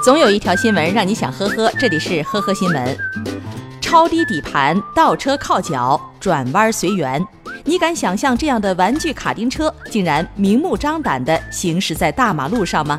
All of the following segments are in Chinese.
总有一条新闻让你想呵呵，这里是呵呵新闻。超低底盘，倒车靠脚，转弯随缘。你敢想象这样的玩具卡丁车竟然明目张胆地行驶在大马路上吗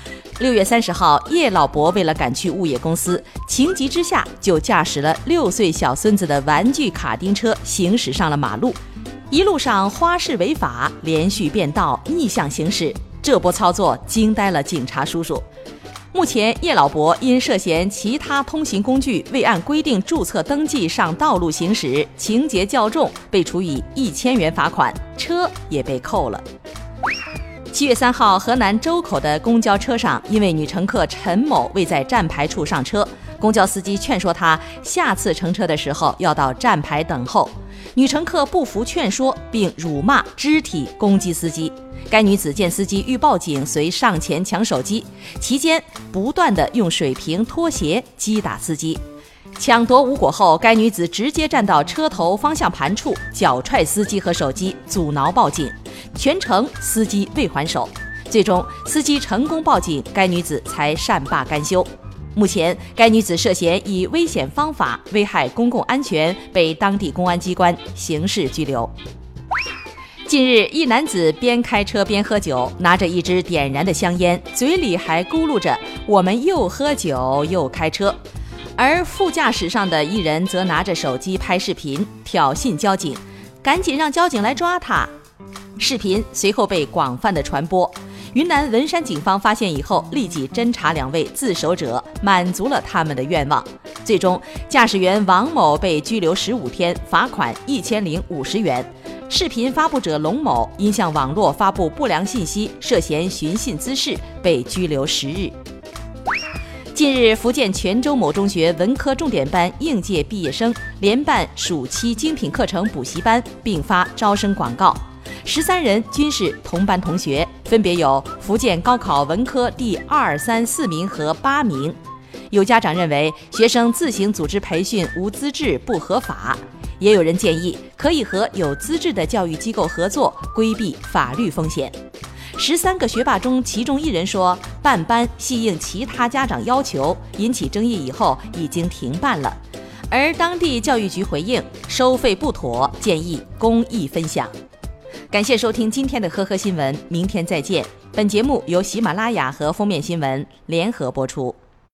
？6月30号，叶老伯为了赶去物业公司，情急之下就驾驶了6岁小孙子的玩具卡丁车行驶上了马路。一路上花式违法，连续变道，逆向行驶，这波操作惊呆了警察叔叔。目前叶老伯因涉嫌其他通行工具未按规定注册登记上道路行驶，情节较重，被处以1000元罚款，车也被扣了。7月3号，河南周口的公交车上，因为女乘客陈某未在站牌处上车，公交司机劝说她下次乘车的时候要到站牌等候。女乘客不服劝说，并辱骂、肢体攻击司机。该女子见司机欲报警，遂上前抢手机，期间不断地用水瓶、拖鞋击打司机。抢夺无果后，该女子直接站到车头方向盘处，脚踹司机和手机，阻挠报警。全程司机未还手，最终司机成功报警，该女子才善罢甘休。目前该女子涉嫌以危险方法危害公共安全，被当地公安机关刑事拘留。近日，一男子边开车边喝酒，拿着一支点燃的香烟，嘴里还咕噜着我们又喝酒又开车。而副驾驶上的一人则拿着手机拍视频，挑衅交警，赶紧让交警来抓他。视频随后被广泛的传播，云南文山警方发现以后，立即侦查2位自首者，满足了他们的愿望。最终，驾驶员王某被拘留15天，罚款1050元。视频发布者龙某因向网络发布不良信息，涉嫌寻衅滋事，被拘留10日。近日，福建泉州某中学文科重点班应届毕业生联办暑期精品课程补习班，并发招生广告。13人均是同班同学，分别有福建高考文科第2、3、4名和8名。有家长认为学生自行组织培训无资质不合法，也有人建议可以和有资质的教育机构合作，规避法律风险。13个学霸中，其中1人说办班系应其他家长要求，引起争议以后已经停办了。而当地教育局回应收费不妥，建议公益分享。感谢收听今天的呵呵新闻，明天再见。本节目由喜马拉雅和封面新闻联合播出。